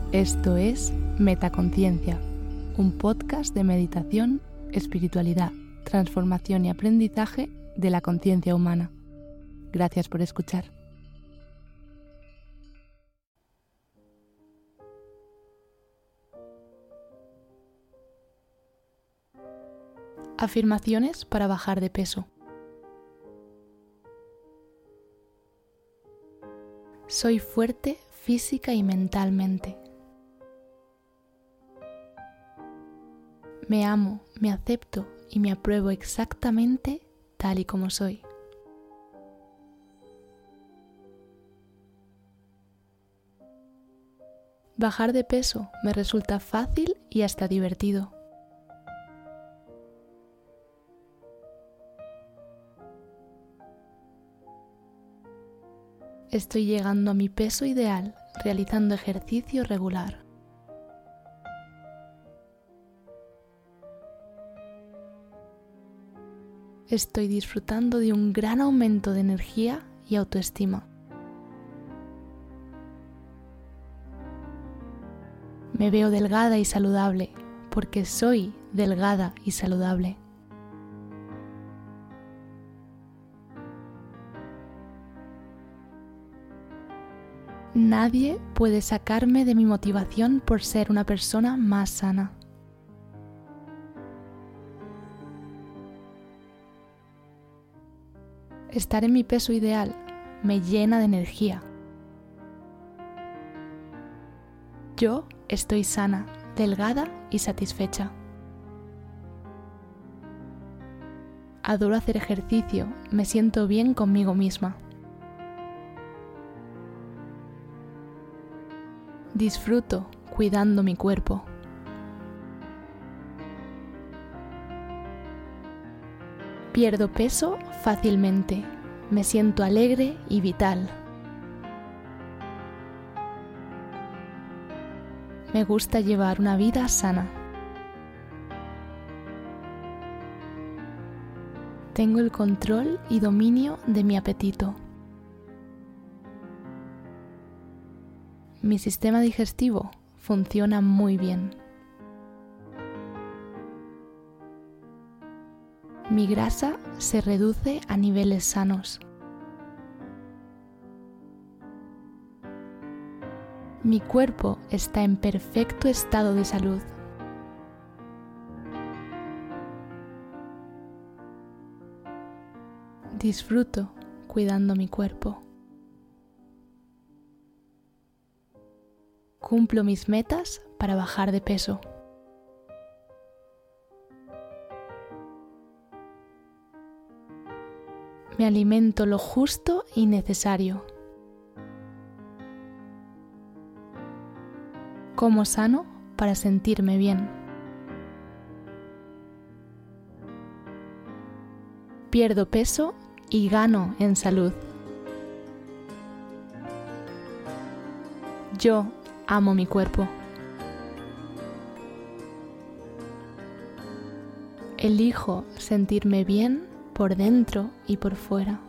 Esto es Metaconciencia, un podcast de meditación, espiritualidad, transformación y aprendizaje de la conciencia humana. Gracias por escuchar. Afirmaciones para bajar de peso. Soy fuerte física y mentalmente. Me amo, me acepto y me apruebo exactamente tal y como soy. Bajar de peso me resulta fácil y hasta divertido. Estoy llegando a mi peso ideal realizando ejercicio regular. Estoy disfrutando de un gran aumento de energía y autoestima. Me veo delgada y saludable porque soy delgada y saludable. Nadie puede sacarme de mi motivación por ser una persona más sana. Estar en mi peso ideal me llena de energía. Yo estoy sana, delgada y satisfecha. Adoro hacer ejercicio, me siento bien conmigo misma. Disfruto cuidando mi cuerpo. Pierdo peso fácilmente, me siento alegre y vital. Me gusta llevar una vida sana. Tengo el control y dominio de mi apetito. Mi sistema digestivo funciona muy bien. Mi grasa se reduce a niveles sanos. Mi cuerpo está en perfecto estado de salud. Disfruto cuidando mi cuerpo. Cumplo mis metas para bajar de peso. Me alimento lo justo y necesario. Como sano para sentirme bien. Pierdo peso y gano en salud. Yo amo mi cuerpo. Elijo sentirme bien por dentro y por fuera.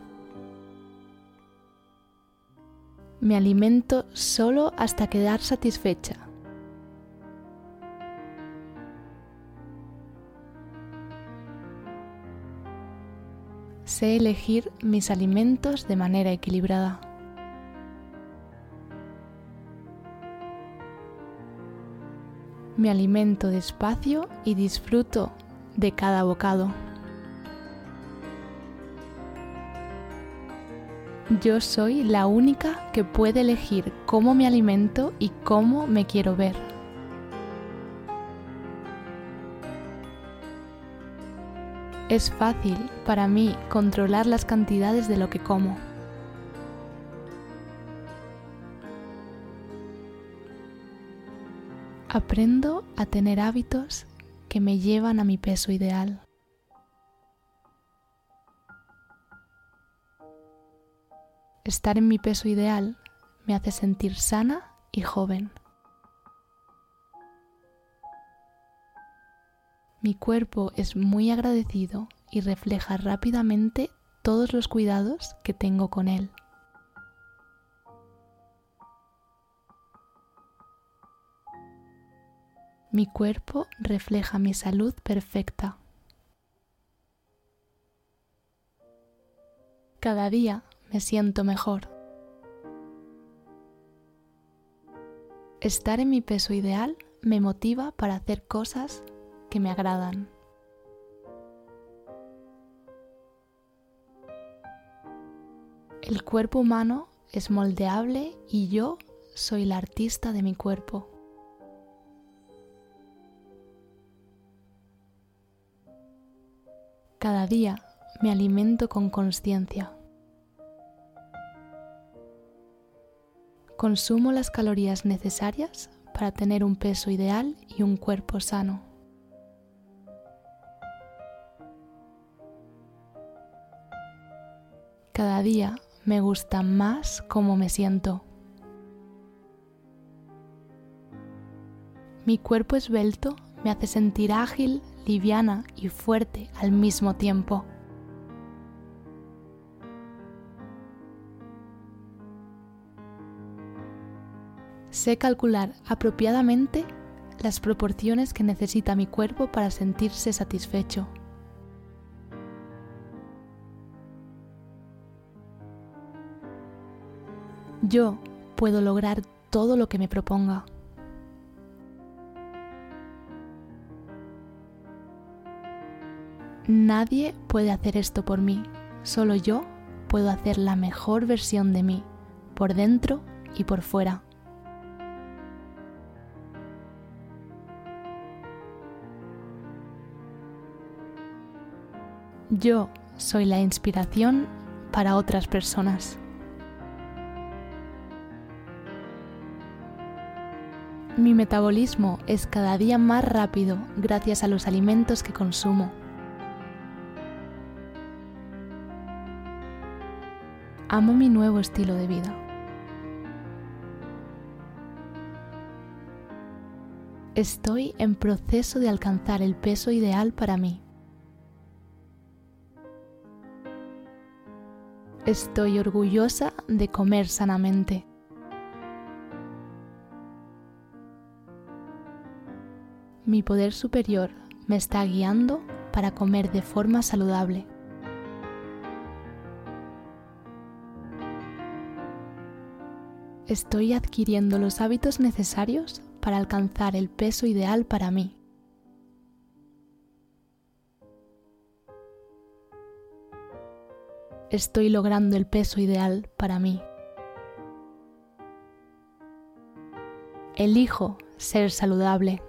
Me alimento solo hasta quedar satisfecha. Sé elegir mis alimentos de manera equilibrada. Me alimento despacio y disfruto de cada bocado. Yo soy la única que puede elegir cómo me alimento y cómo me quiero ver. Es fácil para mí controlar las cantidades de lo que como. Aprendo a tener hábitos que me llevan a mi peso ideal. Estar en mi peso ideal me hace sentir sana y joven. Mi cuerpo es muy agradecido y refleja rápidamente todos los cuidados que tengo con él. Mi cuerpo refleja mi salud perfecta. Cada día me siento mejor. Estar en mi peso ideal me motiva para hacer cosas que me agradan. El cuerpo humano es moldeable y yo soy la artista de mi cuerpo. Cada día me alimento con consciencia. Consumo las calorías necesarias para tener un peso ideal y un cuerpo sano. Cada día me gusta más cómo me siento. Mi cuerpo esbelto me hace sentir ágil, liviana y fuerte al mismo tiempo. Sé calcular apropiadamente las proporciones que necesita mi cuerpo para sentirse satisfecho. Yo puedo lograr todo lo que me proponga. Nadie puede hacer esto por mí, solo yo puedo hacer la mejor versión de mí, por dentro y por fuera. Yo soy la inspiración para otras personas. Mi metabolismo es cada día más rápido gracias a los alimentos que consumo. Amo mi nuevo estilo de vida. Estoy en proceso de alcanzar el peso ideal para mí. Estoy orgullosa de comer sanamente. Mi poder superior me está guiando para comer de forma saludable. Estoy adquiriendo los hábitos necesarios para alcanzar el peso ideal para mí. Estoy logrando el peso ideal para mí. Elijo ser saludable.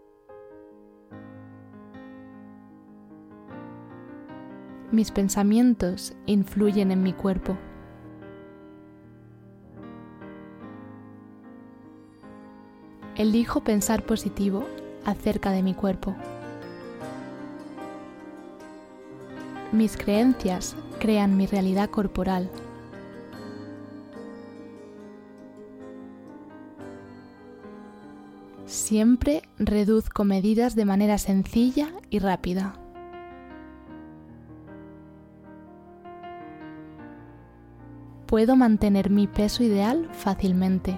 Mis pensamientos influyen en mi cuerpo. Elijo pensar positivo acerca de mi cuerpo. Mis creencias crean mi realidad corporal. Siempre reduzco medidas de manera sencilla y rápida. Puedo mantener mi peso ideal fácilmente.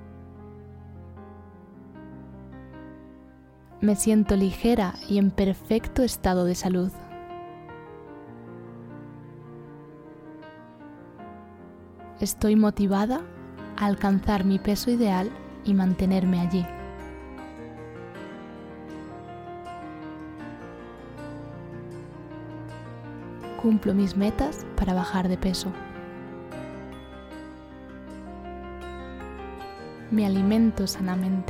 Me siento ligera y en perfecto estado de salud. Estoy motivada a alcanzar mi peso ideal y mantenerme allí. Cumplo mis metas para bajar de peso. Me alimento sanamente.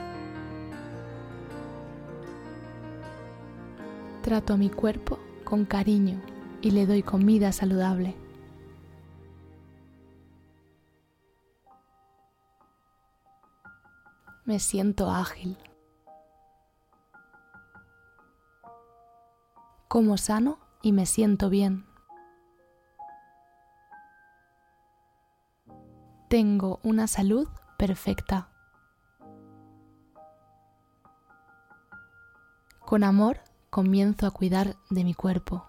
Trato a mi cuerpo con cariño y le doy comida saludable. Me siento ágil. Como sano y me siento bien. Tengo una salud perfecta. Con amor comienzo a cuidar de mi cuerpo.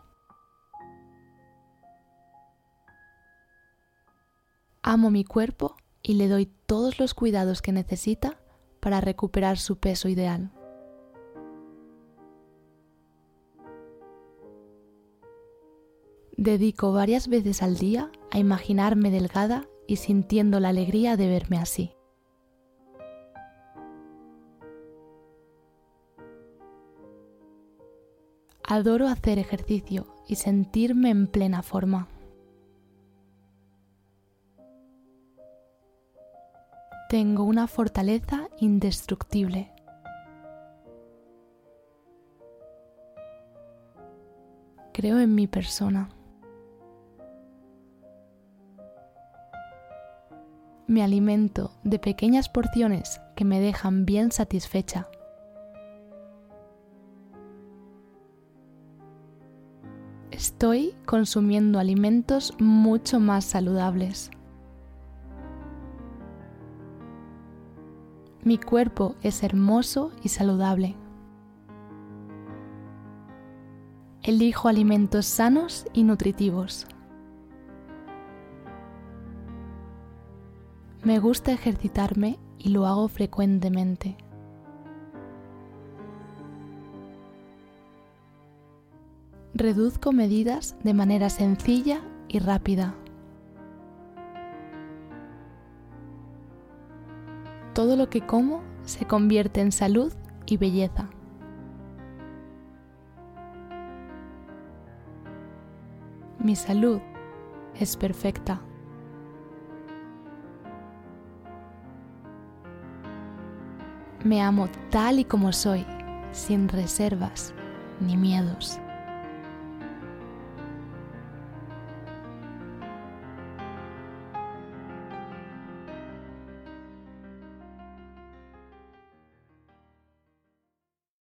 Amo mi cuerpo y le doy todos los cuidados que necesita para recuperar su peso ideal. Dedico varias veces al día a imaginarme delgada y sintiendo la alegría de verme así. Adoro hacer ejercicio y sentirme en plena forma. Tengo una fortaleza indestructible. Creo en mi persona. Me alimento de pequeñas porciones que me dejan bien satisfecha. Estoy consumiendo alimentos mucho más saludables. Mi cuerpo es hermoso y saludable. Elijo alimentos sanos y nutritivos. Me gusta ejercitarme y lo hago frecuentemente. Reduzco medidas de manera sencilla y rápida. Todo lo que como se convierte en salud y belleza. Mi salud es perfecta. Me amo tal y como soy, sin reservas ni miedos.